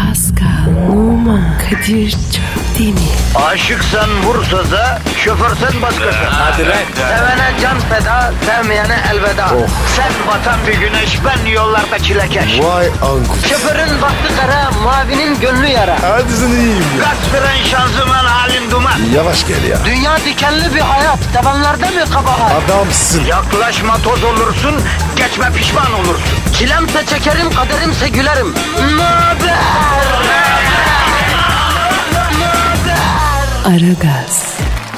Pascal, Oman, Kadir çok değil mi? Aşıksan vursa da, şoförsen başkasın. Hadi lan. Sevene can feda, sevmeyene elveda. Sen batan bir güneş, ben yollarda çilekeş. Vay anku. Şoförün baktı kara, mavinin gönlü yara. Hadi sen iyiyim ya. Kasperen şanzıman halin duman. Yavaş gel ya. Dünya dikenli bir hayat, sevenlerde mi kabahar? Adamsın. Yaklaşma toz olursun, geçme pişman olursun. Çilemse çekerim, kaderimse gülerim. Möber! Aragaz.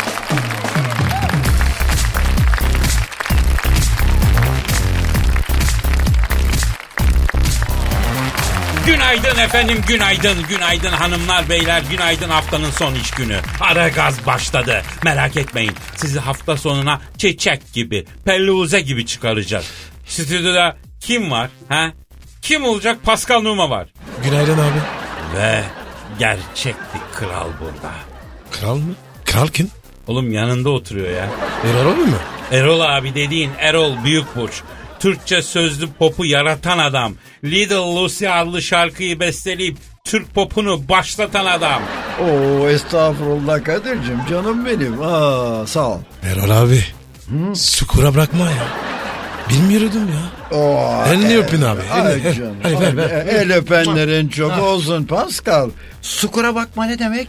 Günaydın efendim, günaydın, günaydın hanımlar, beyler, günaydın, haftanın son iş günü. Aragaz başladı. Merak etmeyin, sizi hafta sonuna çiçek gibi, pelluze gibi çıkaracağız. Stüdyoda kim var? Ha? Kim olacak? Pascal Numa var. Günaydın abi. Ve gerçek bir kral burada. Kral mı? Kral kim? Oğlum yanında oturuyor ya. Erol abi mi? Erol abi dediğin Erol Büyükburç. Türkçe sözlü popu yaratan adam. Little Lucy adlı şarkıyı besteleyip Türk popunu başlatan adam. Oo, estağfurullah Kadir'cim, canım benim. Sağ ol. Erol abi. Sukura bırakma ya. Bilmiyordum ya. Elini öpün abi. Ay canım. Hadi ver. El öpenlerin çok olsun Pascal. Sukura bakma ne demek?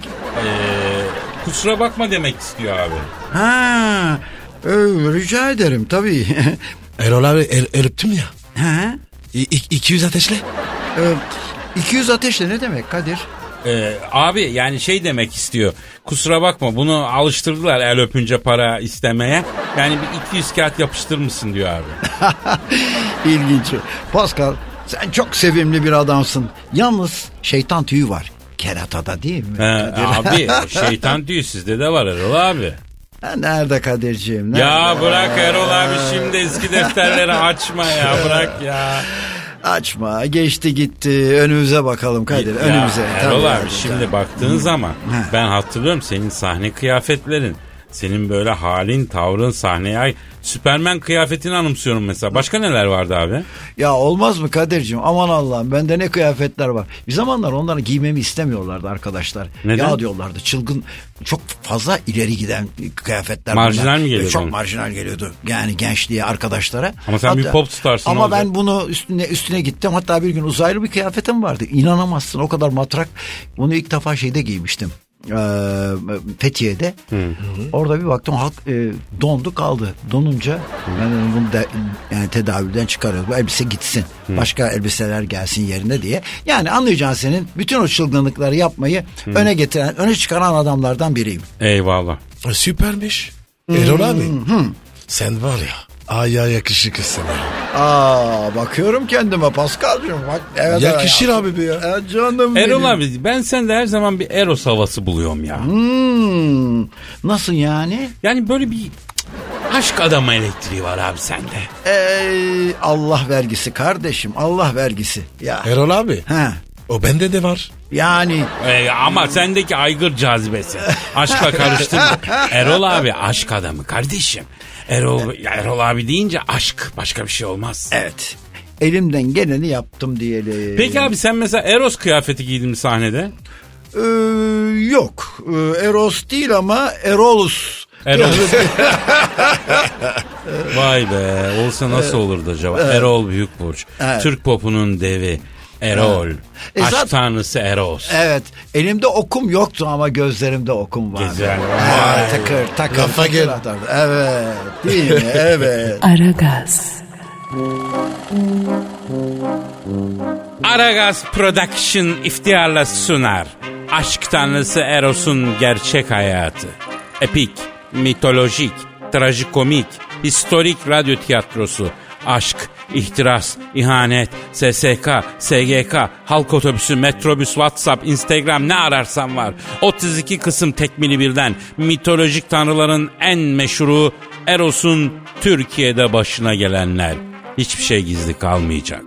Kusura bakma demek istiyor abi. Ha, rica ederim tabii. Erol abi el öptüm ya. Ha? 200 ateşle. 200 ateşle ne demek Kadir? Abi yani şey demek istiyor. Kusura bakma, bunu alıştırdılar el öpünce para istemeye. Yani bir 200 kağıt yapıştır mısın diyor abi. İlginç. Pascal, sen çok sevimli bir adamsın. Yalnız şeytan tüyü var. Keratada değil mi? Abi şeytan tüyü sizde de var Erol abi. Nerede Kadir'ciğim? Nerede? Ya bırak Erol abi, şimdi eski defterleri açma ya, bırak ya. Açma, geçti gitti, önümüze bakalım Kadir, önümüze. Erol abi şimdi baktığın zaman ben hatırlıyorum senin sahne kıyafetlerin. Senin böyle halin, tavrın sahneye ay. Süpermen kıyafetini anımsıyorum mesela. Başka neler vardı abi? Ya olmaz mı Kadir'cim? Aman Allah'ım, bende ne kıyafetler var. Bir zamanlar onları giymemi istemiyorlardı arkadaşlar. Neden? Ya diyorlardı, çılgın, çok fazla ileri giden kıyafetler. Marjinal mi geliyordu? Çok marjinal geliyordu. Yani gençliğe, arkadaşlara. Ama sen bir pop starsın. Ama olacak. ben bunu üstüne gittim. Hatta bir gün uzaylı bir kıyafetim vardı. İnanamazsın, o kadar matrak. Bunu ilk defa şeyde giymiştim. Fethiye'de. Orada bir baktım halk dondu kaldı. Donunca ben bunu yani tedavülden çıkarıyorum. Bu elbise gitsin. Başka elbiseler gelsin yerine diye. Yani anlayacağın, senin bütün o çılgınlıkları yapmayı öne çıkaran adamlardan biriyim. Eyvallah. Süpermiş. Erol abi. Sen var ya. Aya yakışıklısın ya. Bakıyorum kendime Pascal'cığım. Bak, evet, yakışır abi be ya. Canım Erol benim. abi, ben sende her zaman bir Eros havası buluyorum ya. Nasıl yani? Yani böyle bir aşk adamı elektriği var abi sende. Allah vergisi kardeşim, Allah vergisi. Ya. Erol abi. Ha. O bende de var. Yani. Ama sendeki aygır cazibesi. Aşkla karıştırma. Erol abi aşk adamı kardeşim. Erol abi deyince aşk, başka bir şey olmaz. Evet. Elimden geleni yaptım diyelim. Peki abi sen mesela Eros kıyafeti giydin mi sahnede? Yok. Eros değil ama Erolus. Vay be, olsa nasıl olurdu acaba? Erol Büyükburç. Evet. Türk popunun devi. Erol. Aşk tanrısı Eros. Evet. Elimde okum yoktu ama gözlerimde okum vardı. Güzel. Takır. Lafa gel. Evet. Değil mi? Evet. Aragaz. Aragaz Production iftiharla sunar. Aşk tanrısı Eros'un gerçek hayatı. Epik, mitolojik, trajikomik, historik radyo tiyatrosu. Aşk, ihtiras, ihanet, SSK, SGK, halk otobüsü, metrobüs, WhatsApp, Instagram, ne ararsan var. 32 kısım tekmili birden. Mitolojik tanrıların en meşhuru Eros'un Türkiye'de başına gelenler. Hiçbir şey gizli kalmayacak.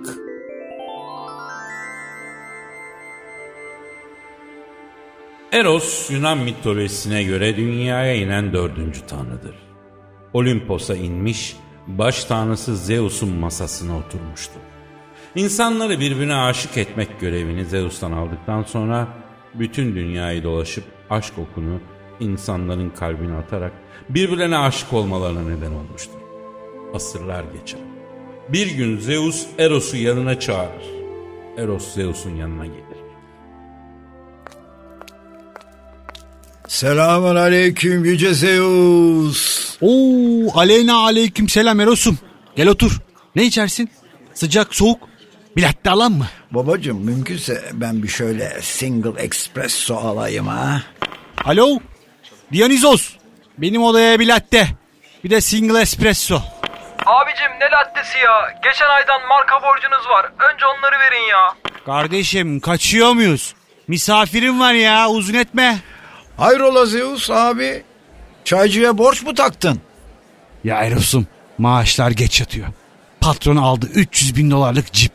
Eros, Yunan mitolojisine göre dünyaya inen 4. tanrıdır. Olimpos'a inmiş, baş tanrısı Zeus'un masasına oturmuştu. İnsanları birbirine aşık etmek görevini Zeus'tan aldıktan sonra bütün dünyayı dolaşıp aşk okunu insanların kalbine atarak birbirlerine aşık olmalarına neden olmuştur. Asırlar geçer. Bir gün Zeus Eros'u yanına çağırır. Eros Zeus'un yanına gelir. Selamun aleyküm yüce Zeus. Oo, aleyna aleyküm selam Eros'um. Gel otur. Ne içersin? Sıcak, soğuk? Bir latte alan mı? Babacığım mümkünse ben bir şöyle single espresso alayım ha. Alo? Dionizos. Benim odaya bir latte. Bir de single espresso. Abicim ne lattesi ya? Geçen aydan marka borcunuz var. Önce onları verin ya. Kardeşim kaçıyor muyuz? Misafirim var ya, uzun etme. Hayrola Zeus abi? Çaycıya borç mu taktın? Ya Eros'um, maaşlar geç yatıyor. Patron aldı 300 bin dolarlık cip.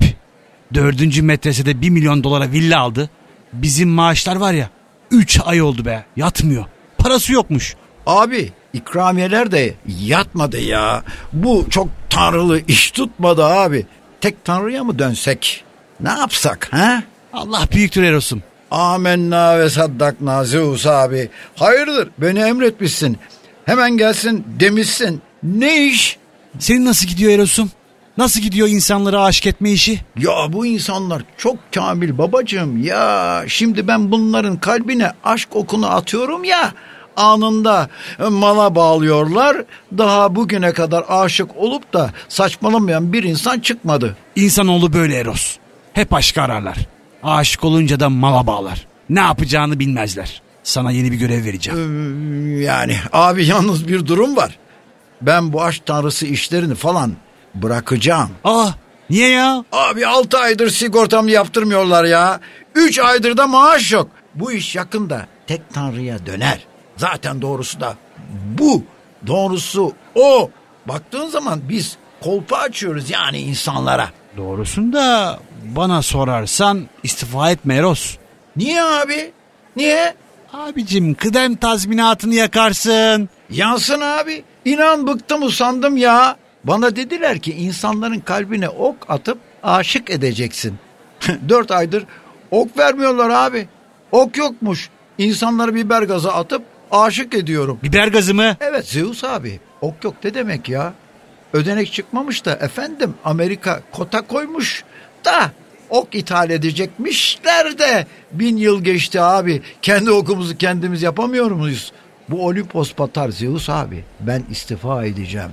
4. metresede 1 milyon dolara villa aldı. Bizim maaşlar var ya 3 ay oldu be, yatmıyor. Parası yokmuş. Abi ikramiyeler de yatmadı ya. Bu çok tanrılı iş tutmadı abi. Tek tanrıya mı dönsek? Ne yapsak ha? Allah büyüktür Eros'um. Amenna ve saddakna Zeus abi. Hayırdır beni emretmişsin. Hemen gelsin demişsin. Ne iş? Senin nasıl gidiyor Eros'um? Nasıl gidiyor insanlara aşık etme işi? Ya bu insanlar çok kamil babacığım ya. Şimdi ben bunların kalbine aşk okunu atıyorum ya. Anında mala bağlıyorlar. Daha bugüne kadar aşık olup da saçmalamayan bir insan çıkmadı. İnsanoğlu böyle Eros. Hep aşkı ararlar. Aşık olunca da mala bağlar. Ne yapacağını bilmezler. Sana yeni bir görev vereceğim. Yani abi yalnız bir durum var. Ben bu aşk tanrısı işlerini falan bırakacağım. Niye ya? Abi 6 aydır sigortamı yaptırmıyorlar ya. 3 aydır da maaş yok. Bu iş yakında tek tanrıya döner. Zaten doğrusu da bu. Doğrusu o. Baktığın zaman biz kolpa açıyoruz yani insanlara. Doğrusunda bana sorarsan istifa etme Eros. Niye abi? Niye? Abicim kıdem tazminatını yakarsın. Yansın abi. İnan bıktım usandım ya. Bana dediler ki insanların kalbine ok atıp aşık edeceksin. 4 aydır ok vermiyorlar abi. Ok yokmuş. İnsanları biber gazı atıp aşık ediyorum. Biber gazı mı? Evet Zeus abi. Ok yok ne demek ya? Ödenek çıkmamış da efendim Amerika kota koymuş da ok ithal edecekmişler de 1000 yıl geçti abi. Kendi okumuzu kendimiz yapamıyor muyuz? Bu Olimpos batar Zeus abi. Ben istifa edeceğim.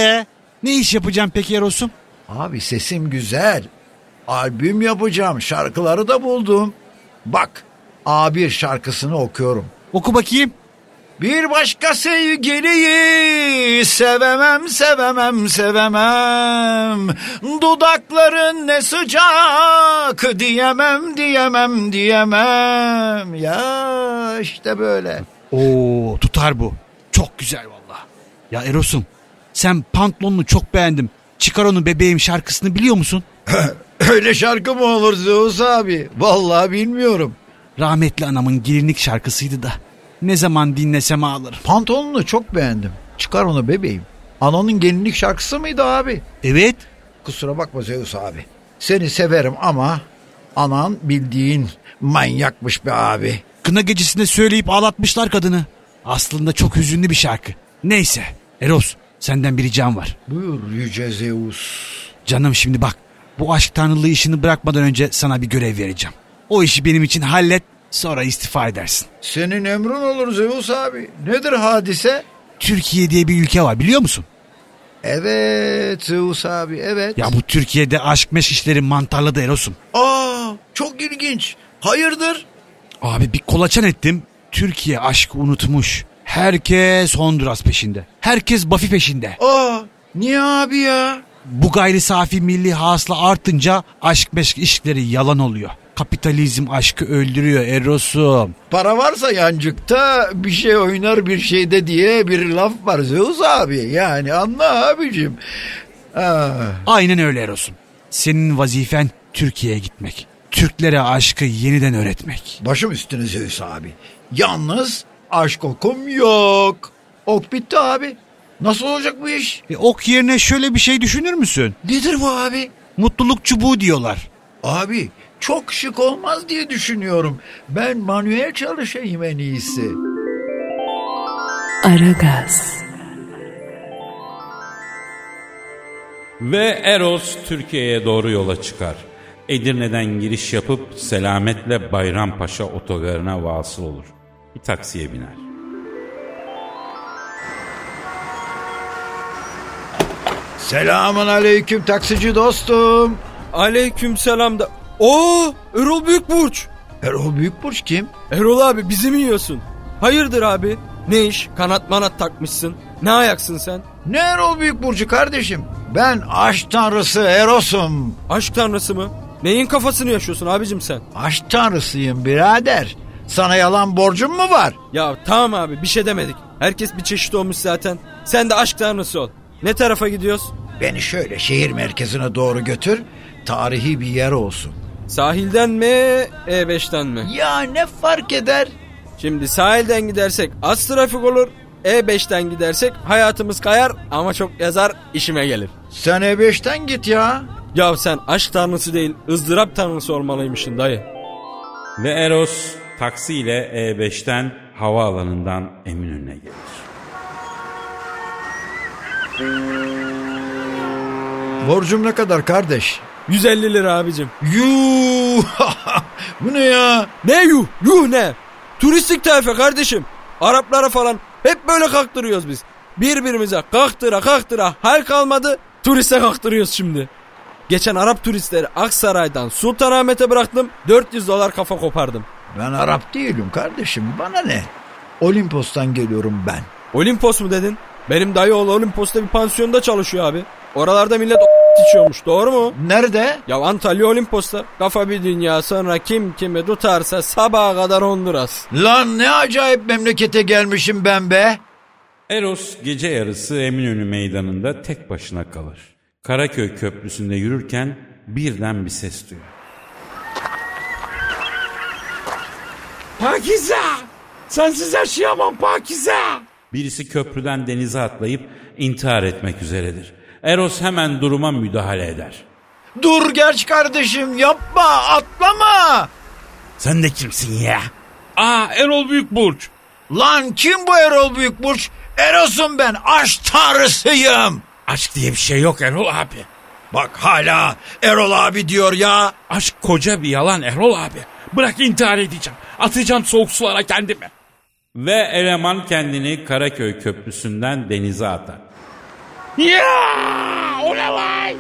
Ne iş yapacağım peki Eros'um? Abi sesim güzel. Albüm yapacağım. Şarkıları da buldum. Bak A1 şarkısını okuyorum. Oku bakayım. Bir başka sevgiliyi sevemem, sevemem, sevemem. Dudakların ne sıcak diyemem, diyemem, diyemem. Ya işte böyle. Oo, tutar bu. Çok güzel valla. Ya Eros'um, sen pantolonunu çok beğendim. Çıkar onu bebeğim şarkısını biliyor musun? Öyle şarkı mı olur Zeus abi? Vallahi bilmiyorum. Rahmetli anamın gelinlik şarkısıydı da. Ne zaman dinlesem ağlarım. Pantolonunu çok beğendim. Çıkar onu bebeğim. Ananın gelinlik şarkısı mıydı abi? Evet. Kusura bakma Zeus abi. Seni severim ama anan bildiğin manyakmış be abi. Kına gecesinde söyleyip ağlatmışlar kadını. Aslında çok hüzünlü bir şarkı. Neyse. Eros, senden bir ricam var. Buyur yüce Zeus. Canım şimdi bak. Bu aşk tanrılığı işini bırakmadan önce sana bir görev vereceğim. O işi benim için hallet. Sonra istifa edersin. Senin emrin olur Zeus abi. Nedir hadise? Türkiye diye bir ülke var biliyor musun? Evet Zeus abi evet. Ya bu Türkiye'de aşk meşk işleri mantarladı Eros'um. Çok ilginç. Hayırdır? Abi bir kolaçan ettim. Türkiye aşkı unutmuş. Herkes Honduras peşinde. Herkes Buffy peşinde. Niye abi ya? Bu gayri safi milli hasıla artınca aşk meşk işleri yalan oluyor. Kapitalizm aşkı öldürüyor Eros'um. Para varsa yancıkta bir şey oynar bir şeyde diye bir laf var Zeus abi. Yani anla abicim. Aynen öyle Eros'um. Senin vazifen Türkiye'ye gitmek. Türklere aşkı yeniden öğretmek. Başım üstüne Zeus abi. Yalnız aşk okum yok. Ok bitti abi. Nasıl olacak bu iş? Ok yerine şöyle bir şey düşünür müsün? Nedir bu abi? Mutluluk çubuğu diyorlar. Abi çok şık olmaz diye düşünüyorum. Ben manuel çalışayım en iyisi. Aragaz. Ve Eros Türkiye'ye doğru yola çıkar. Edirne'den giriş yapıp selametle Bayrampaşa otogarına vasıl olur. Bir taksiye biner. Selamun aleyküm taksici dostum. Aleykümselam da. Oo, Erol Büyükburç. Erol Büyükburç kim? Erol abi bizi mi yiyorsun? Hayırdır abi? Ne iş? Kanat manat takmışsın. Ne ayaksın sen? Ne Erol Büyükburç'u kardeşim? Ben aşk tanrısı Eros'um. Aşk tanrısı mı? Neyin kafasını yaşıyorsun abicim sen? Aşk tanrısıyım birader. Sana yalan borcum mu var? Ya tamam abi bir şey demedik. Herkes bir çeşit olmuş zaten. Sen de aşk tanrısı ol. Ne tarafa gidiyoruz? Beni şöyle şehir merkezine doğru götür. Tarihi bir yer olsun. Sahilden mi E5'ten mi? Ya ne fark eder? Şimdi sahilden gidersek az trafik olur. E5'ten gidersek hayatımız kayar ama çok yazar işime gelir. Sen E5'ten git ya. Ya sen aşk tanrısı değil ızdırap tanrısı olmalıymışsın dayı. Ve Eros taksiyle E5'ten havaalanından Eminönü'ne gelir. Borcum ne kadar kardeş? 150 lira abicim. Yuh! Bu ne ya? Ne yuh? Yuh ne? Turistik tayfa kardeşim. Araplara falan hep böyle kaktırıyoruz biz. Birbirimize kaktıra hal kalmadı. Turiste kaktırıyoruz şimdi. Geçen Arap turistleri Aksaray'dan Sultanahmet'e bıraktım. $400 kafa kopardım. Ben Arap değilim kardeşim. Bana ne? Olimpos'tan geliyorum ben. Olimpos mu dedin? Benim dayı oğlu Olimpos'ta bir pansiyonda çalışıyor abi. Oralarda millet içiyormuş, doğru mu? Nerede? Ya Antalya Olimpos'ta. Kafa bir dünya, sonra kim kimi tutarsa sabaha kadar Honduras. Lan ne acayip memlekete gelmişim ben be. Eros gece yarısı Eminönü meydanında tek başına kalır. Karaköy Köprüsü'nde yürürken birden bir ses duyar. Pakize! Sensiz yaşayamam Pakize! Birisi köprüden denize atlayıp intihar etmek üzeredir. Eros hemen duruma müdahale eder. Dur genç kardeşim, yapma, atlama. Sen de kimsin ya? Aa, Erol Büyükburç. Lan kim bu Erol Büyükburç? Eros'um ben, aşk tanrısıyım. Aşk diye bir şey yok Erol abi. Bak hala Erol abi diyor ya. Aşk koca bir yalan Erol abi. Bırak intihar edeceğim. Atacağım soğuk sulara kendimi. Ve eleman kendini Karaköy Köprüsü'nden denize atar. Ya! O ne vay?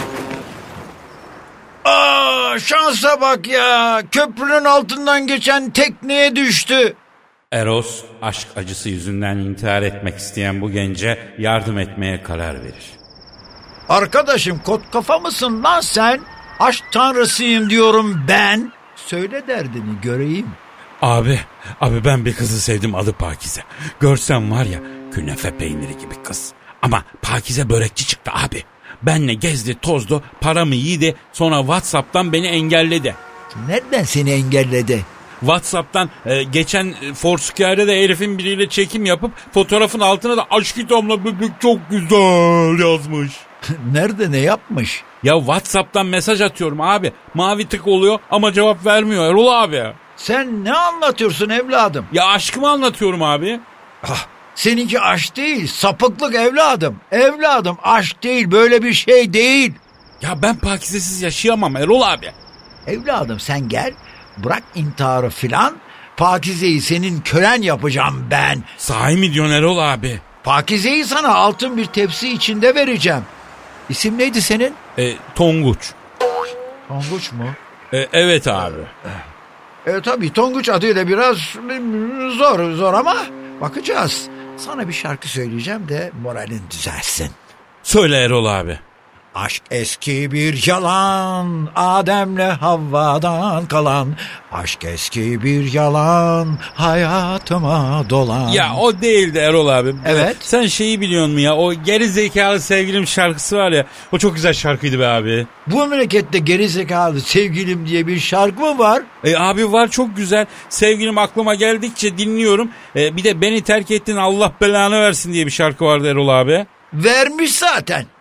Aa, şansa bak ya. Köprünün altından geçen tekneye düştü. Eros aşk acısı yüzünden intihar etmek isteyen bu gence yardım etmeye karar verir. Arkadaşım kot kafa mısın lan sen? Aşk tanrısıyım diyorum ben. Söyle derdini göreyim. Abi ben bir kızı sevdim, adı Pakize. Görsem var ya, künefe peyniri gibi kız. Ama Pakize börekçi çıktı abi. Benle gezdi tozdu, paramı yedi, sonra WhatsApp'tan beni engelledi. Nereden seni engelledi? WhatsApp'tan geçen Foursquare'de de herifin biriyle çekim yapıp fotoğrafın altına da aşk damla bebek çok güzel yazmış. Nerede, ne yapmış? Ya WhatsApp'tan mesaj atıyorum abi. Mavi tık oluyor ama cevap vermiyor Erol abi. Sen ne anlatıyorsun evladım? Ya aşkımı anlatıyorum abi. Seninki aşk değil, sapıklık evladım. Evladım aşk değil, böyle bir şey değil. Ya ben Pakizesiz yaşayamam Erol abi. Evladım sen gel, bırak intiharı filan. Pakize'yi senin kölen yapacağım ben. Sahi mi diyorsun Erol abi? Pakize'yi sana altın bir tepsi içinde vereceğim. İsim neydi senin? Tonguç. Tonguç mu? Evet abi. Tabii Tonguç adıyla biraz zor ama bakacağız. Sana bir şarkı söyleyeceğim de moralin düzelsin. Söyle Erol abi. Aşk eski bir yalan, Adem'le Havva'dan kalan. Aşk eski bir yalan, hayatıma dolan. Ya o değildi Erol abi. Evet. Sen şeyi biliyor musun ya? O geri zekalı sevgilim şarkısı var ya. O çok güzel şarkıydı be abi. Bu memlekette geri zekalı sevgilim diye bir şarkı mı var? Abi var, çok güzel. Sevgilim aklıma geldikçe dinliyorum. Bir de beni terk ettin Allah belanı versin diye bir şarkı vardı Erol abi. Vermiş zaten.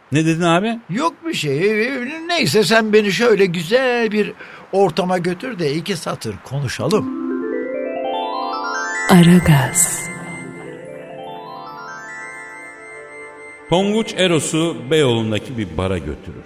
Ne dedin abi? Yok bir şey. Neyse sen beni şöyle güzel bir ortama götür de 2 satır konuşalım. Aragaz. Tonguç Eros'u Beyoğlu'ndaki bir bara götürür.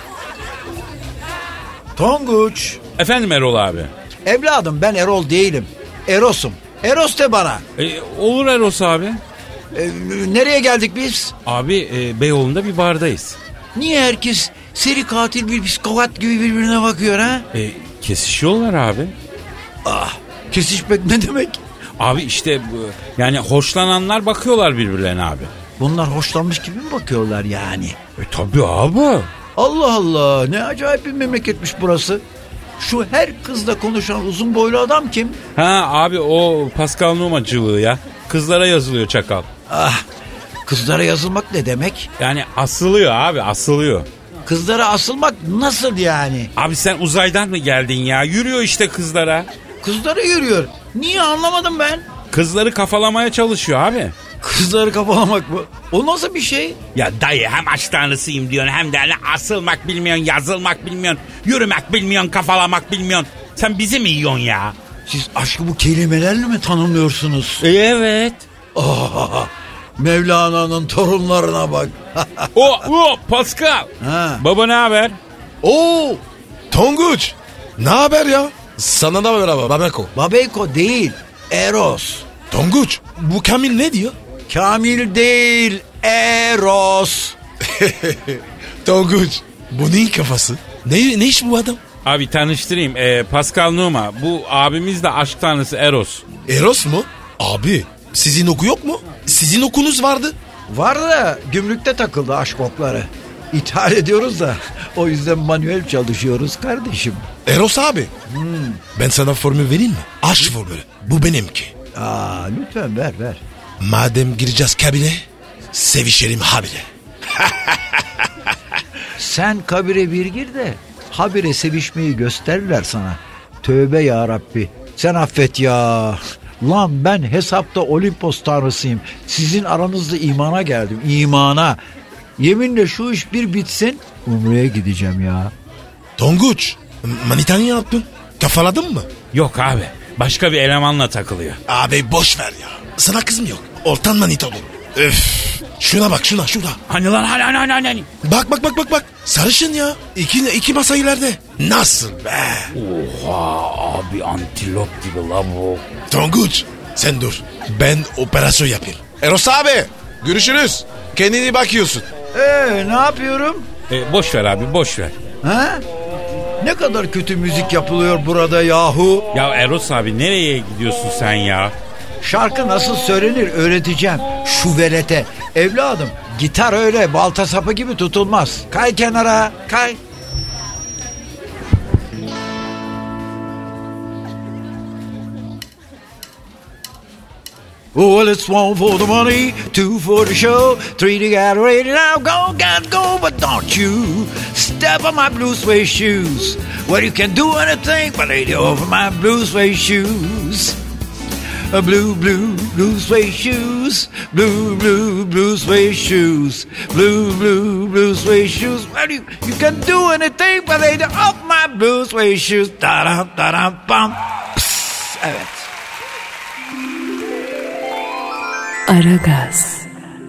Tonguç. Efendim Erol abi. Evladım ben Erol değilim. Eros'um. Eros de bana. Olur Eros abi. Nereye geldik biz? Abi Beyoğlu'nda bir bardayız. Niye herkes seri katil bir psikopat gibi birbirine bakıyor ha? Kesişiyorlar abi. Kesişmek ne demek? Abi işte yani hoşlananlar bakıyorlar birbirlerine abi. Bunlar hoşlanmış gibi mi bakıyorlar yani? Tabii abi. Allah Allah, ne acayip bir memleketmiş burası. Şu her kızla konuşan uzun boylu adam kim? Ha abi o Pascal Numa cıvığı ya. Kızlara yazılıyor çakal. Kızlara yazılmak ne demek? Yani asılıyor abi, asılıyor. Kızlara asılmak nasıl yani? Abi sen uzaydan mı geldin ya? Yürüyor işte kızlara. Kızlara yürüyor. Niye anlamadım ben? Kızları kafalamaya çalışıyor abi. Kızları kafalamak mı? O nasıl bir şey? Ya dayı hem aşk tanrısıyım diyorsun hem de asılmak bilmiyorsun, yazılmak bilmiyorsun, yürümek bilmiyorsun, kafalamak bilmiyorsun. Sen bizi mi yiyorsun ya? Siz aşkı bu kelimelerle mi tanımlıyorsunuz? Evet. Mevlana'nın torunlarına bak. o Pascal. Ha. Baba ne haber? Oo, Tonguç. Ne haber ya? Sana da merhaba Babeko. Babeko değil, Eros. Tonguç, bu Kamil ne diyor? Kamil değil, Eros. Tonguç, bu neyin kafası? Ne iş bu adam? Abi tanıştırayım. Pascal Numa. Bu abimiz de aşk tanrısı Eros. Eros mu? Abi, sizin oku yok mu? Sizin okunuz vardı. Var da gümrükte takıldı aşk okları. İthal ediyoruz da o yüzden manuel çalışıyoruz kardeşim. Eros abi. Ben sana formül vereyim mi? Aşk formülü. Bu benimki. Lütfen ver. Madem gireceğiz kabine, sevişelim habire. Sen kabire bir gir de habire sevişmeyi gösterirler sana. Tövbe ya Rabbi. Sen affet ya. Lan ben hesapta Olimpos tanrısıyım. Sizin aranızda imana geldim. İmana. Yeminle şu iş bir bitsin. Umre'ye gideceğim ya. Tonguç, manitanı ne yaptın? Kafaladın mı? Yok abi. Başka bir elemanla takılıyor. Abi boş ver ya. Sana kızım yok. Ortan manita olur. Öf. Şuna bak şuna. Hani lan hani. Bak. Sarışın ya. İki masa ileride. Nasıl be? Oha abi antilop gibi la bu. Tonguç sen dur. Ben operasyon yapayım. Eros abi görüşürüz. Kendine bakıyorsun. Ne yapıyorum? Boş ver abi boş ver. Ha? Ne kadar kötü müzik yapılıyor burada yahu. Ya Eros abi nereye gidiyorsun sen ya? Şarkı nasıl söylenir öğreteceğim şu velete. Evladım gitar öyle balta sapı gibi tutulmaz. Kay kenara kay. Oh, well, it's 1 for the money, 2 for the show, 3 to get ready now, go, but don't you step on my blue suede shoes. Well, you can do anything but lay over my blue suede shoes. Blue suede shoes, blue suede shoes, blue suede shoes. Well, you can do anything but lay off my blue suede shoes. Da-dum, bum. Psst, evet. Aragaz.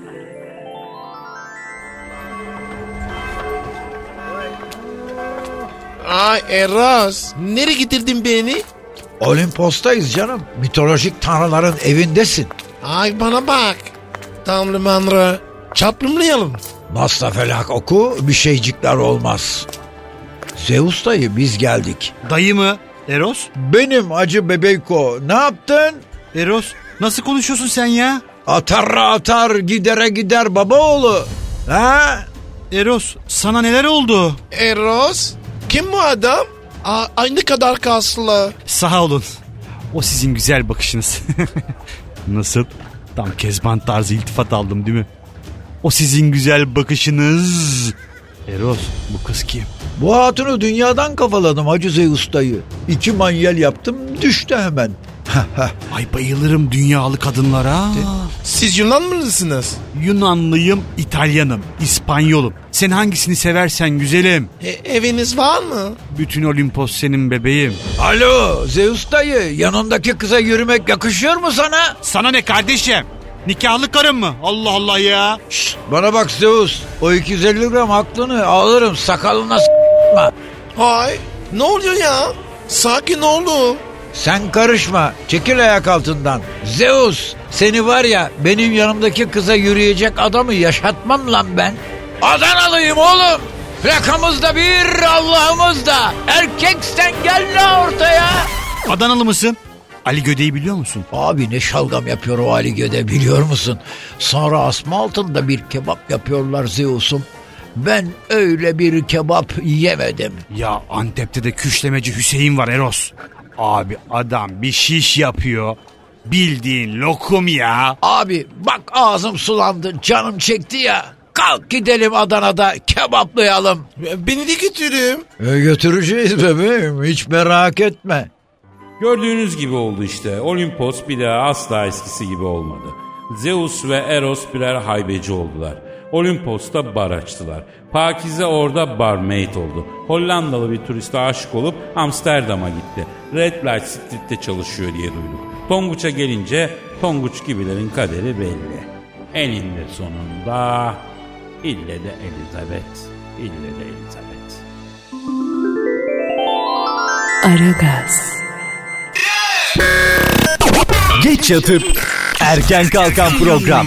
Ay Eros, nereye getirdin beni? Olimpos'tayız canım. Mitolojik tanrıların evindesin. Ay bana bak. Tanrı manrı. Çaplımlayalım. Nasla felak oku bir şeycikler olmaz. Zeus dayı biz geldik. Dayı mı? Eros? Benim acı bebeyko ne yaptın? Eros nasıl konuşuyorsun sen ya? Atar gidere gider baba oğlu. Ha? Eros sana neler oldu? Eros? Kim bu adam? Aynı kadar kaslı. Sağ olun. O sizin güzel bakışınız. Nasıl? Tam Kezban tarzı iltifat aldım değil mi? O sizin güzel bakışınız. Eros bu kız kim? Bu hatunu dünyadan kafaladım Hacı Zeus dayı. 2 manyel yaptım düştü hemen. Ay bayılırım dünyalı kadınlara. Siz Yunan mısınız? Yunanlıyım, İtalyanım, İspanyolum. Sen hangisini seversen güzelim. Eviniz var mı? Bütün Olimpos senin bebeğim. Alo Zeus dayı, yanındaki kıza yürümek yakışıyor mu sana? Sana ne kardeşim? Nikahlı karın mı? Allah Allah ya. Şşt, bana bak Zeus, o 250 gram aklını alırım, sakalına s**ma. Hay, ne oluyor ya? Sakin oğlum. Sen karışma, çekil ayak altından. Zeus, seni var ya, benim yanımdaki kıza yürüyecek adamı yaşatmam lan ben. Adanalıyım oğlum. Plakamız da bir, Allah'ımız da. Erkeksen gel la ortaya. Adanalı mısın? Ali Göde'yi biliyor musun? Abi ne şalgam yapıyor o Ali Göde, biliyor musun? Sonra asma altında bir kebap yapıyorlar Zeus'um. Ben öyle bir kebap yemedim. Ya Antep'te de küşlemeci Hüseyin var Eros. Abi adam bir şiş yapıyor. Bildiğin lokum ya. Abi bak ağzım sulandı, canım çekti ya. Kalk gidelim Adana'da kebaplayalım. Beni de götürün. Götüreceğiz bebeğim, hiç merak etme. Gördüğünüz gibi oldu işte. Olimpos bir daha asla eskisi gibi olmadı. Zeus ve Eros birer haybeci oldular. Olimpos'ta bar açtılar. Pakize orada barmaid oldu. Hollandalı bir turiste aşık olup Amsterdam'a gitti. Red Light Street'te çalışıyor diye duyduk. Tonguç'a gelince Tonguç gibilerin kaderi belli. Eninde sonunda ille de Elizabeth, ille de Elizabeth. Aragaz. Geç yatıp erken kalkan program.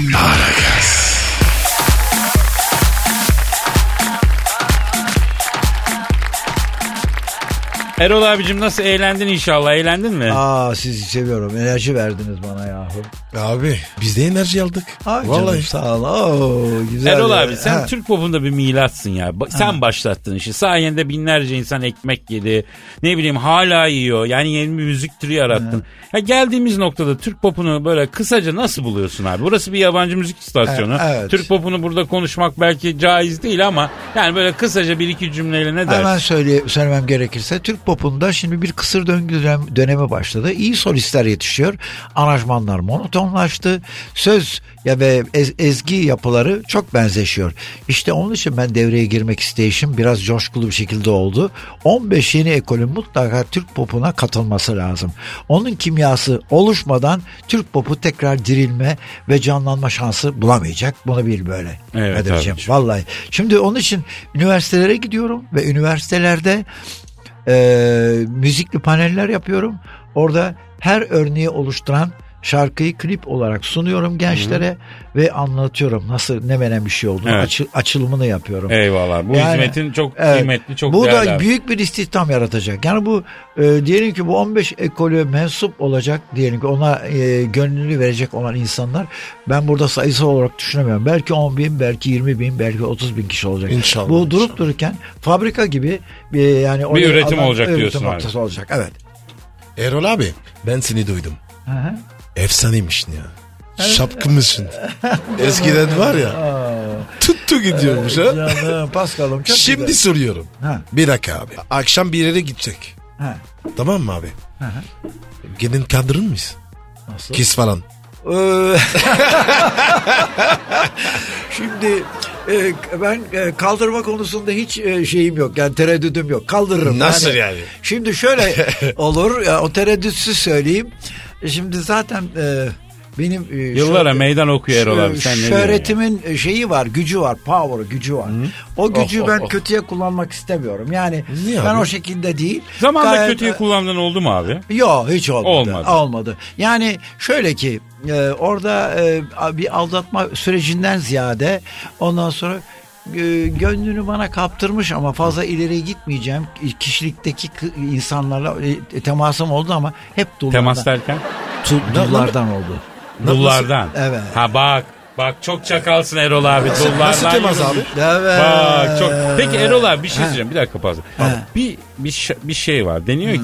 Erol abicim nasıl, eğlendin inşallah, eğlendin mi? Sizi seviyorum, enerji verdiniz bana yahu. Abi biz de enerji aldık. Ay vallahi. canım, sağ ol. Oo, güzel. Erol ya. abi sen Türk popunda bir milatsın ya. Sen başlattın işi. Sayende binlerce insan ekmek yedi. Ne bileyim hala yiyor. Yani yeni bir müzik türü yarattın. Ya geldiğimiz noktada Türk popunu böyle kısaca nasıl buluyorsun abi? Burası bir yabancı müzik istasyonu. Evet. Türk popunu burada konuşmak belki caiz değil ama yani böyle kısaca bir iki cümleyle ne dersin? Hemen söylemem gerekirse Türk popunda şimdi bir kısır döngü dönemi başladı. İyi solistler yetişiyor. Aranjmanlar monotonlaştı. Söz ya ve ezgi yapıları çok benzeşiyor. İşte onun için ben devreye girmek isteyişim biraz coşkulu bir şekilde oldu. 15 yeni ekolün mutlaka Türk popuna katılması lazım. Onun kimyası oluşmadan Türk popu tekrar dirilme ve canlanma şansı bulamayacak. Bunu bil böyle. Evet Kadir'ciğim. Vallahi. Şimdi onun için üniversitelere gidiyorum ve üniversitelerde müzikli paneller yapıyorum. Orada her örneği oluşturan şarkıyı klip olarak sunuyorum gençlere ve anlatıyorum nasıl ne menen bir şey olduğunu, Evet. Açılımını yapıyorum. Eyvallah. Bu hizmetin çok kıymetli, çok bu değerli. Bu da büyük bir istihdam yaratacak. Yani bu diyelim ki bu 15 ekolü mensup olacak, diyelim ki ona gönlünü verecek olan insanlar, ben burada sayısal olarak düşünemiyorum. Belki 10 bin, belki 20 bin, belki 30 bin kişi olacak. İnşallah. Bu durup dururken fabrika gibi yani bir üretim olacak diyorsun abi. noktası olacak. Evet. Erol abi ben seni duydum. Hı-hı. Efsaneymişsin ya. Şapkınmışsın. Eskiden var ya. Tuttu gidiyormuş ha. Canım Paskal'ım çok Şimdi güzel. soruyorum. Ha. Bir dakika abi. Akşam bir yere gidecek. Ha. Tamam mı abi? Gelin kandırır mıyız? Nasıl? Kiss falan. Şimdi ben kaldırma konusunda hiç şeyim yok. Yani tereddüdüm yok. Kaldırırım. Nasıl yani? Şimdi şöyle olur. O tereddütsüz söyleyeyim. Şimdi zaten benim Yıllara meydan okuyor Erol abi. Sen ne diyorsun şöhretimin şeyi var, gücü var, power gücü var. O gücü ben kötüye kullanmak istemiyorum. Yani niye ben abi? o şekilde değil. Zamanda Gayet, kötüye kullandığın oldu mu abi? Yok, hiç olmadı. Olmadı. Yani şöyle ki orada bir aldatma sürecinden ziyade ondan sonra gönlünü bana kaptırmış ama fazla ileri gitmeyeceğim. Kişilikteki insanlarla temasım oldu ama hep dullardan. Temas derken? Dullardan oldu. Dullardan. Evet. Ha bak çok çakalsın Erol abi. Dullardan. Nasıl temas abi? Evet. Bak çok. Peki Erol abi bir şey söyleyeceğim. Bir dakika pardon. Bir şey var. Deniyor ki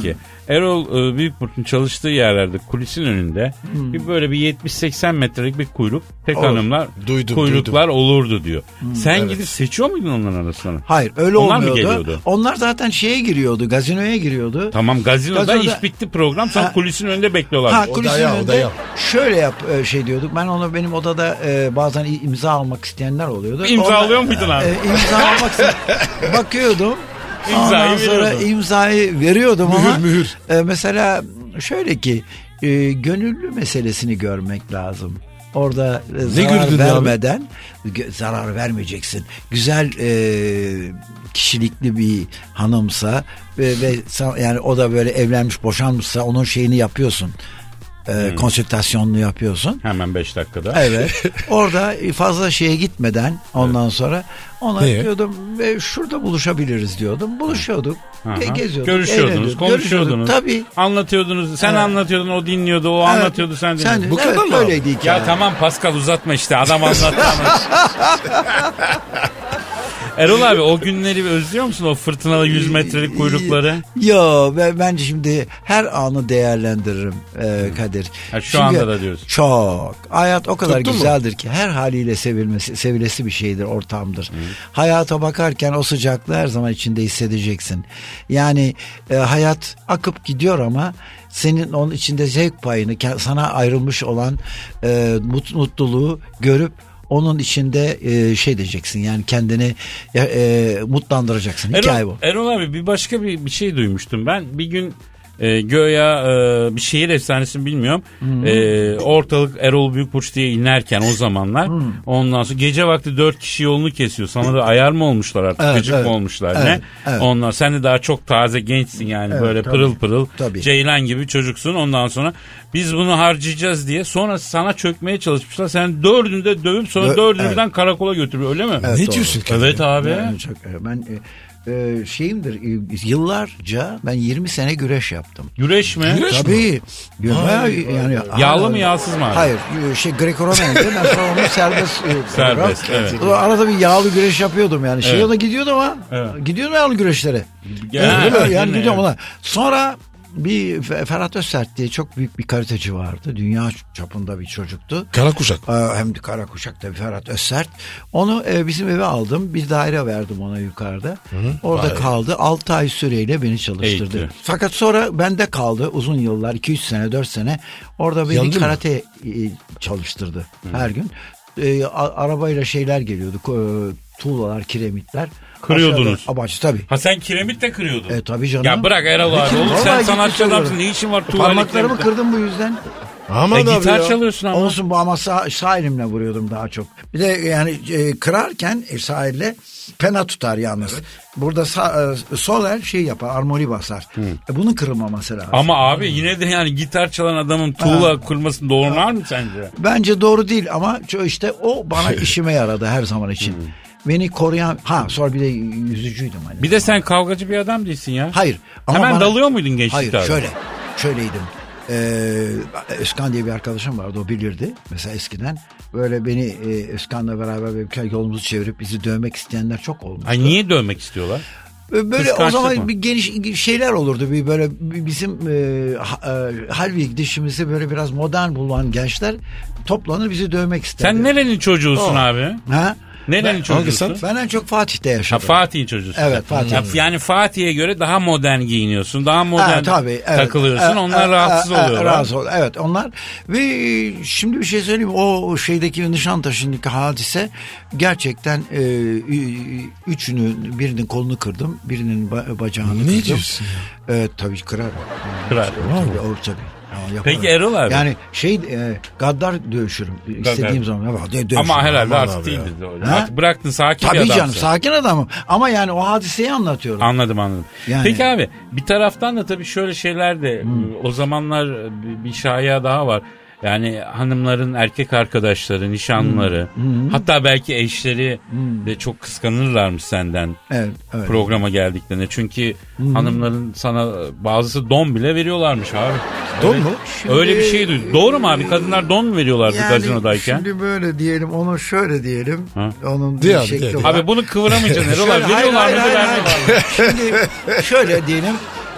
Erol Büyükburt'un çalıştığı yerlerde kulisin önünde bir böyle bir 70-80 metrelik bir kuyruk. Tek hanımlar kuyruklar olurdu diyor. Sen gidip seçiyor muydun onların arasından? Hayır öyle Onlar olmuyordu. mı geliyordu? Onlar zaten şeye giriyordu, gazinoya giriyordu. Tamam gazinoda iş bitti program. Sonra kulisin önünde bekliyorlar. Kulisin önünde şöyle yap şey diyorduk. Ben onu benim odada bazen imza almak isteyenler oluyordu. İmza alıyor muydun abi? İmza almak bakıyordum. Ondan sonra imzayı veriyordum ama mühür. Mesela şöyle ki gönüllü meselesini görmek lazım. Orada zarar vermeden zarar vermeyeceksin. Güzel kişilikli bir hanımsa ve yani o da böyle evlenmiş boşanmışsa onun şeyini yapıyorsun. Konsültasyonunu yapıyorsun. Hemen 5 dakikada. Evet. Orada fazla şeye gitmeden ondan sonra ona diyordum ve şurada buluşabiliriz diyordum. Buluşuyorduk. Geziyorduk. Görüşüyordunuz, konuşuyordunuz. Tabii. Anlatıyordunuz. Sen anlatıyordun, o dinliyordu. O anlatıyordu, sen dinliyordun. Bu kadar mı? Öyleydi hikaye. Ya tamam Pascal uzatma işte. Adam anlattı. Erol abi o günleri özlüyor musun? O fırtınalı 100 metrelik kuyrukları. Yo bence şimdi her anı değerlendiririm Kadir. Şu anda da diyorsun. Çok. Hayat o kadar güzeldir ki her haliyle sevilesi bir şeydir, ortamdır. Hayata bakarken o sıcaklığı her zaman içinde hissedeceksin. Yani hayat akıp gidiyor ama senin onun içinde zevk payını, sana ayrılmış olan mutluluğu görüp onun içinde şey diyeceksin, yani kendini mutlandıracaksın. Hikaye bu. Erol abi bir başka bir şey duymuştum ben. Bir gün göya bir şehir efsanesini bilmiyorum. Ortalık Erol Büyükburç diye inerken o zamanlar ondan sonra gece vakti 4 kişi yolunu kesiyor. Sana da ayar mı olmuşlar artık? Gıcık mı olmuşlar? Ne? Evet. Ondan sen de daha çok taze gençsin yani böyle pırıl pırıl. Tabii. Ceylan gibi çocuksun. Ondan sonra biz bunu harcayacağız diye sonra sana çökmeye çalışmışlar. Sen dördünü de dövüp sonra dördünü birden karakola götürüyor. Öyle mi? Evet, ne diyorsun? Evet abi. Ben şeyimdir, yıllarca ben 20 sene güreş yaptım. Güreş mi? Tabii. Yani yağlı mı yağsız mı abi? Hayır, Greco-Romen'di. Ben sonra onu serbest. Evet. Arada bir yağlı güreş yapıyordum yani. Ona gidiyordum ama. Gidiyordum yağlı güreşlere. Yani gidiyorum ona. Sonra bir Ferhat Özsert diye çok büyük bir karateci vardı. Dünya çapında bir çocuktu. Kara kuşak. Hem de kara kuşak tabii Ferhat Özsert. Onu bizim eve aldım. Bir daire verdim ona yukarıda. Orada kaldı. 6 ay süreyle beni çalıştırdı. Eğitim. Fakat sonra bende kaldı uzun yıllar. 2-3 sene 4 sene. Orada beni karate çalıştırdı her gün. Arabayla şeyler geliyordu. Tuğlalar, kiremitler. Kırıyordunuz. Amaç tabii. Ha sen kiremit de kırıyordun. Tabii canım. Ya bırak Erol abi. Oğlum sen sanatçı adamsın. Ne işin var tuğla? Parmaklarımı kırdım bu yüzden. Aman gitar çalıyorsun ama. Olsun bu ama sağ elimle vuruyordum daha çok. Bir de yani kırarken sağ elle pena tutar yalnız. Evet. Burada sol el şey yapar, armoni basar. Bunun kırılmaması lazım. Ama abi yine de yani gitar çalan adamın tuğla kırmasını doğrular mı sence? Bence doğru değil ama işte o bana işime yaradı her zaman için. Beni koruyan... sonra bir de yüzücüydüm. Hani. Bir de sen kavgacı bir adam değilsin ya. Hayır. Ama hemen dalıyor muydun gençlikte? Hayır şöyleydim. Özkan diye bir arkadaşım vardı, o bilirdi. Mesela eskiden böyle beni Özkan'la beraber yolumuzu çevirip bizi dövmek isteyenler çok olmuştu. Ay niye dövmek istiyorlar? Böyle o zaman bir geniş şeyler olurdu. Bir böyle bizim halbuki dişimizi böyle biraz modern bulan gençler toplanır bizi dövmek isterdi. Sen nerenin çocuğusun abi? Ha? Nerenin çocuğusun? Ben en çok Fatih'te yaşadım. Fatih'in çocuğusun. Evet, Fatih. Yani Fatih'e göre daha modern giyiniyorsun. Daha modern takılıyorsun. Onlar rahatsız oluyorlar. Rahatsız oluyor. Evet onlar. Ve şimdi bir şey söyleyeyim. O şeydeki Nişantaşı'ndaki hadise gerçekten birinin kolunu kırdım. Birinin bacağını kırdım. Ne diyorsun ya? Tabii kırar. Kırar. Tabii. Peki Erol abi. Yani gaddar dövüşürüm. İstediğim zaman. Ama herhalde artık değildi. Artık bıraktın, sakin bir adamsın. Tabii canım, sakin adamım. Ama yani o hadiseyi anlatıyorum. Anladım. Yani. Peki abi bir taraftan da tabii şöyle şeyler de o zamanlar bir şaya daha var. Yani hanımların erkek arkadaşları, nişanlıları, hatta belki eşleri de çok kıskanırlarmış senden programa geldiklerinde. Çünkü hanımların sana bazısı don bile veriyorlarmış abi. Don mu? Öyle bir şey duydum. Doğru mu abi? Kadınlar don mu veriyorlardı gazinodayken? Şimdi böyle diyelim, onu şöyle diyelim. Onun bir şekli var. Abi bunu kıvıramayacaksın Erol abi. Veriyorlar mı? Şimdi şöyle diyelim.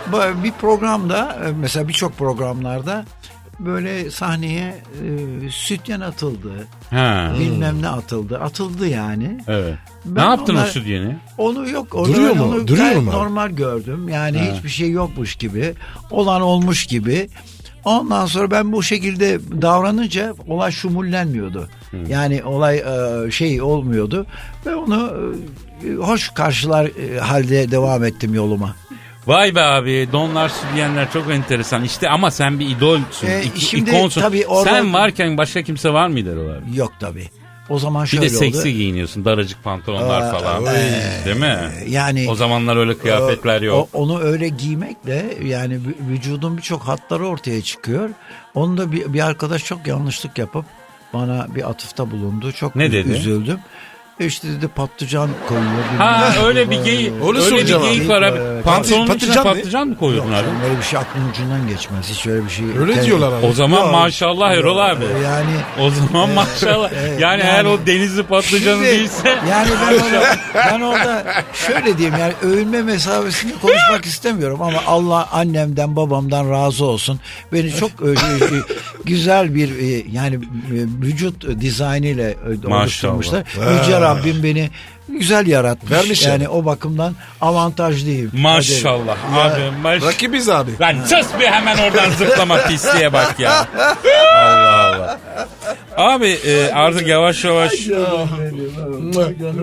bir programda mesela birçok programlarda böyle sahneye sütyen atıldı. Bilmem ne atıldı. Atıldı yani. Evet. Ne yaptın o sütyeni? Onu yok. Duruyor mu? Onu Duruyor mu? normal gördüm. Yani hiçbir şey yokmuş gibi. Olan olmuş gibi. Ondan sonra ben bu şekilde davranınca olay şumullenmiyordu. Yani olay şey olmuyordu. Ve onu hoş karşılar halde devam ettim yoluma. Vay be abi, donlar sütyenler çok enteresan. İşte ama sen bir idolsün, ikonsun. Tabii orada... Sen varken başka kimse var mıydı oralar? Yok tabii. O zaman şöyle oldu. Bir de seksi giyiniyorsun, daracık pantolonlar falan. Değil mi? Yani o zamanlar öyle kıyafetler yok. Onu öyle giymekle yani vücudun birçok hatları ortaya çıkıyor. Onu da bir arkadaş çok yanlışlık yapıp bana bir atıfta bulundu. Çok üzüldüm. İşte dedi patlıcan koyuyor. Öyle bir geyik. Öyle bir geyik var abi. Pantolonun içine patlıcan mı koyuyordun abi? Öyle bir şey aklın ucundan geçmez. Hiç öyle bir şey. Öyle diyorlar abi. O zaman maşallah Erol abi. Yani. O zaman maşallah. Yani eğer o denizli patlıcanı değilse. Yani ben orada şöyle diyeyim yani övünme mesafesinde konuşmak istemiyorum ama Allah annemden babamdan razı olsun. Beni çok güzel bir yani vücut dizaynıyla oluşturmuşlar. Yüce Rabbim beni güzel yaratmış. Vermiş yani o bakımdan avantajlıyım. Maşallah abi. Rakibiz abi. Lan sus bir hemen oradan zıplama pisliğe bak ya. Allah Allah. Abi artık yavaş yavaş. Canım.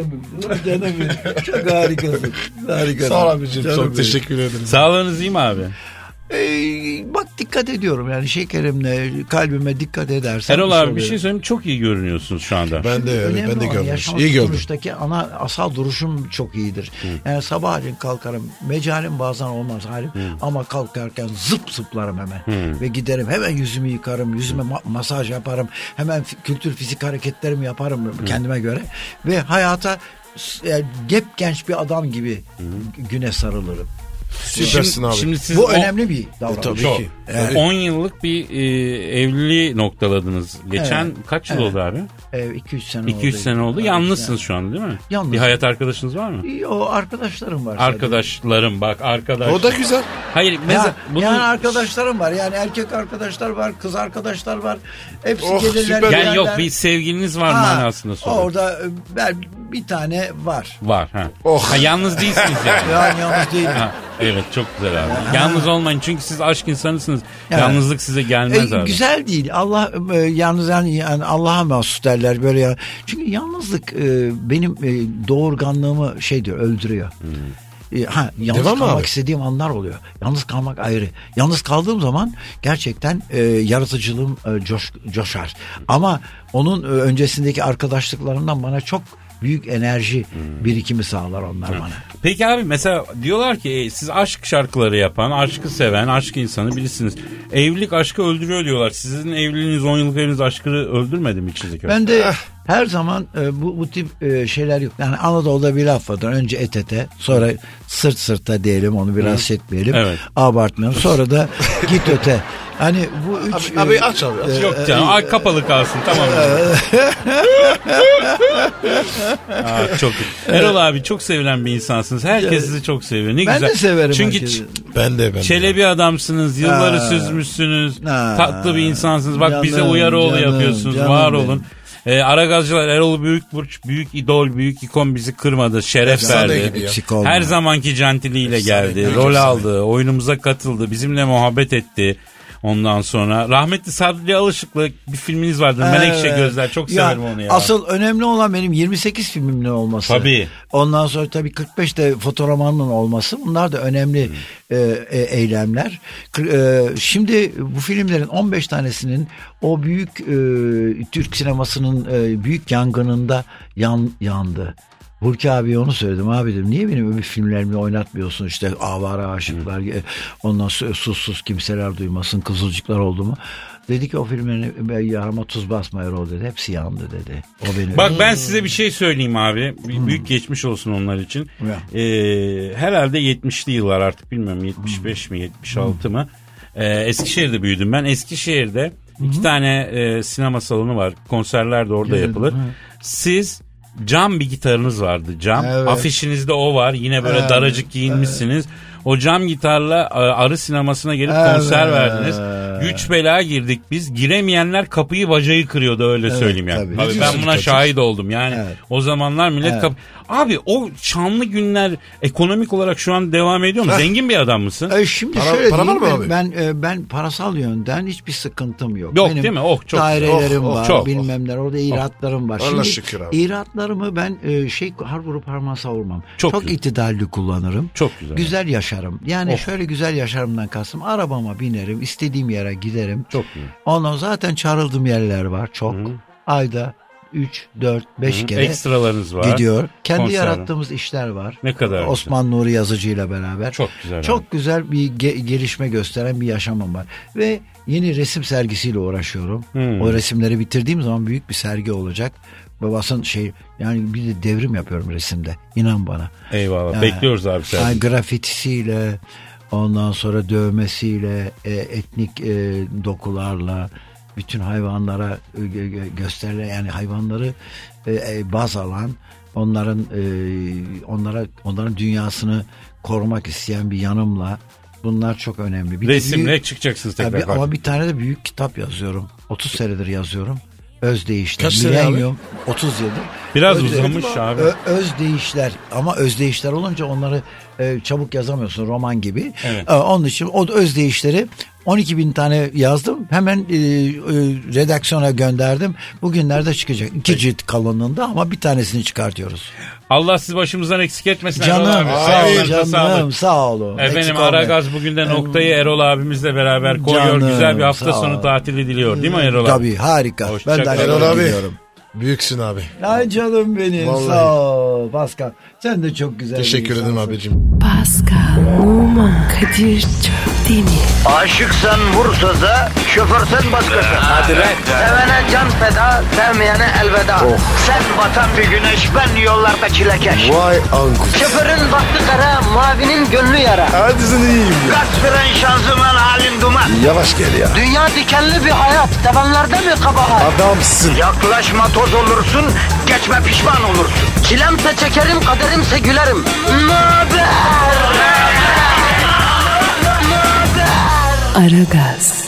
Çok harikasın. Sağ ol abicim. Çok teşekkür ederim. Sağlığınız iyi mi abi? Bak dikkat ediyorum yani şekerimle kalbime dikkat edersem. Erol abi bir şey söyleyeyim, çok iyi görünüyorsunuz şu anda. Ben de gördüm. İyi gördüm. Duruştaki asal duruşum çok iyidir. Yani sabahleyin kalkarım. Mecalim bazen olmaz halim. Ama kalkarken zıplarım hemen. Ve giderim hemen yüzümü yıkarım. Yüzüme masaj yaparım. Hemen kültür fizik hareketlerimi yaparım kendime göre. Ve hayata genç bir adam gibi güne sarılırım. Süpersin abi. Şimdi siz önemli bir davranış. Tabii ki. 10 yıllık bir evliliği noktaladınız. Geçen kaç yıl oldu abi? 2-3 sene oldu. 2-3 sene oldu. Yalnızsınız şu anda değil mi? Yalnız. Bir hayat arkadaşınız var mı? Yok, arkadaşlarım var. Arkadaşlarım bak arkadaş. O da güzel. Hayır mesela yani arkadaşlarım var. Yani erkek arkadaşlar var, kız arkadaşlar var. Hepsi gelirler. Yani yok bir sevgiliniz var manasında soruyorum. Orada bir tane var. Var yalnız değilsiniz yani. Yani yalnız değilim. Evet çok güzel abi. Yalnız olmayın çünkü siz aşk insanısınız. Evet. Yalnızlık size gelmez abi. Güzel değil. Allah yalnız yani Allah'a mahsus derler böyle ya. Çünkü yalnızlık benim doğurganlığımı öldürüyor. Yalnız kalmak istediğim anlar oluyor. Yalnız kalmak ayrı. Yalnız kaldığım zaman gerçekten yaratıcılığım coşar. Ama onun öncesindeki arkadaşlıklarından bana çok büyük enerji birikimi sağlar onlar bana. Peki abi mesela diyorlar ki siz aşk şarkıları yapan, aşkı seven, aşk insanı birisiniz. Evlilik aşkı öldürüyor diyorlar. Sizin evliliğiniz 10 yıllık evliliğiniz aşkı öldürmedi mi içinizdeki? Ben de her zaman bu tip şeyler yok. Yani Anadolu'da bir laf vardır. Önce et ete, sonra sırt sırta diyelim, onu biraz etmeyelim. Evet. Abartmayalım. Sonra da git öte. Hani bu üç... Abi aç abi. Yok canım kapalı kalsın tamam. Çok iyi. Erol abi çok sevilen bir insansınız. Herkes sizi çok seviyor. Ne ben güzel. De severim. Çünkü ben de. Çelebi adamsınız. Yılları süzmüşsünüz. Tatlı bir insansınız. Bak bize Uyaroğlu yapıyorsunuz. Var olun. Aragazcılar Erol Büyükburç büyük idol, büyük ikon bizi kırmadı, şeref verdi. Her zamanki centiliğiyle geldi, rol aldı, oyunumuza katıldı, bizimle muhabbet etti. Ondan sonra rahmetli Sadri Alışık'la bir filminiz vardı. Menekşe Gözler. Çok severim onu ya. Asıl önemli olan benim 28 filmimin olması. Tabii. Ondan sonra tabii 45 de fotoğrafımın olması. Bunlar da önemli eylemler. Şimdi bu filmlerin 15 tanesinin o büyük Türk sinemasının büyük yangınında yandı. Hulki abi onu söyledim abi dedim. Niye benim öbür filmlerimi oynatmıyorsun işte avara aşıklar ondan sonra sus kimseler duymasın kızılcıklar oldu mu? Dedi ki o filmlerin yarama tuz basma Erol dedi. Hepsi yandı dedi. O beni bak ben size bir şey söyleyeyim abi. Büyük geçmiş olsun onlar için. Herhalde 70'li yıllar artık bilmiyorum 75 mi 76 mı? Eskişehir'de büyüdüm ben. Eskişehir'de 2 tane sinema salonu var. Konserler de orada yapılır. Siz cam bir gitarınız vardı. Cam. Evet. Afişinizde o var. Yine böyle daracık giyinmişsiniz. O cam gitarla Arı sinemasına gelip konser verdiniz. Güç bela girdik biz. Giremeyenler kapıyı bacayı kırıyordu, öyle söyleyeyim yani. Tabii. Abi ben buna şahit oldum yani. O zamanlar millet Abi o şanlı günler ekonomik olarak şu an devam ediyor mu? Zengin bir adam mısın? Şimdi Para- şöyle para var diyeyim, mı ben parasal yönden hiçbir sıkıntım yok. Yok Benim değil mi? Çok dairelerim güzel. var, Çok. bilmemler, orada iratlarım var. Allah Şimdi şükür abi. iratlarımı ben har vurup parmağı savurmam. Çok Çok güzel. itidalli kullanırım. Çok güzel. Güzel yaşarım. Yani şöyle güzel yaşarımdan kastım, arabama binerim, istediğim yere giderim. Çok güzel. Ondan zaten çağrıldığım yerler var çok. Ayda 3, 4, 5 kere Ekstralarınız var. gidiyor. Kendi Konser. yarattığımız işler var. Ne kadar güzel. Osman Nuri Yazıcı ile beraber. Çok güzel. Çok güzel bir gelişme gösteren bir yaşamım var. Ve yeni resim sergisiyle uğraşıyorum. O resimleri bitirdiğim zaman büyük bir sergi olacak. Babasın yani bir de devrim yapıyorum resimde. İnan bana. Eyvallah. Bekliyoruz abi sergi. Yani grafitisiyle, ondan sonra dövmesiyle, etnik dokularla, bütün hayvanlara gösterilen, yani hayvanları baz alan, onların dünyasını korumak isteyen bir yanımla, bunlar çok önemli. Resimle çıkacaksınız tekrar. Ama bir tane de büyük kitap yazıyorum. 30 senedir yazıyorum. Özdeyişler. Kaç sene abi? Milenyum 30 yıldır. Biraz uzamış abi. Özdeyişler, ama özdeyişler olunca onları çabuk yazamıyorsun, roman gibi. Evet. Onun için o özdeyişleri 12.000 tane yazdım. Hemen redaksiyona gönderdim. Bugünlerde çıkacak. 2 cilt kalınlığında, ama bir tanesini çıkartıyoruz. Allah sizi başımızdan eksik etmesin. Canım, Erol abi. canım, sağ olun. Efendim, Eksik olmayın. Aragaz bugün de noktayı Erol abimizle beraber koyuyor. Canım, Güzel bir hafta sağ sonu ol. tatili diliyor, değil mi Erol abi? Tabii, harika. Hoşça Ben de kal. Erol Erol abi. gidiyorum. Büyüksün abi. Ay canım benim. Vallahi. Sağ ol Pascal. Sen de çok güzel. Teşekkür bir ederim insansın. abicim. Pascal, Oman, Kadir çok değil mi? Aşıksan vursa da, şoförsen başkasın. Hadi sevene can feda, sevmeyene elveda. Sen batan bir güneş, ben yollarda çilekeş. Vay anku. Şoförün baktı kara, mavinin gönlü yara. Hadi sen iyiyim ya. Kasperen şanzıman halin duman. Yavaş gel ya. Dünya dikenli bir hayat, sevenlerde mi kabahar? Adamsın. Yaklaşma toz olursun, geçme pişman olursun. Çilemse çekerim, kaderimse gülerim. Möber! Aragaz.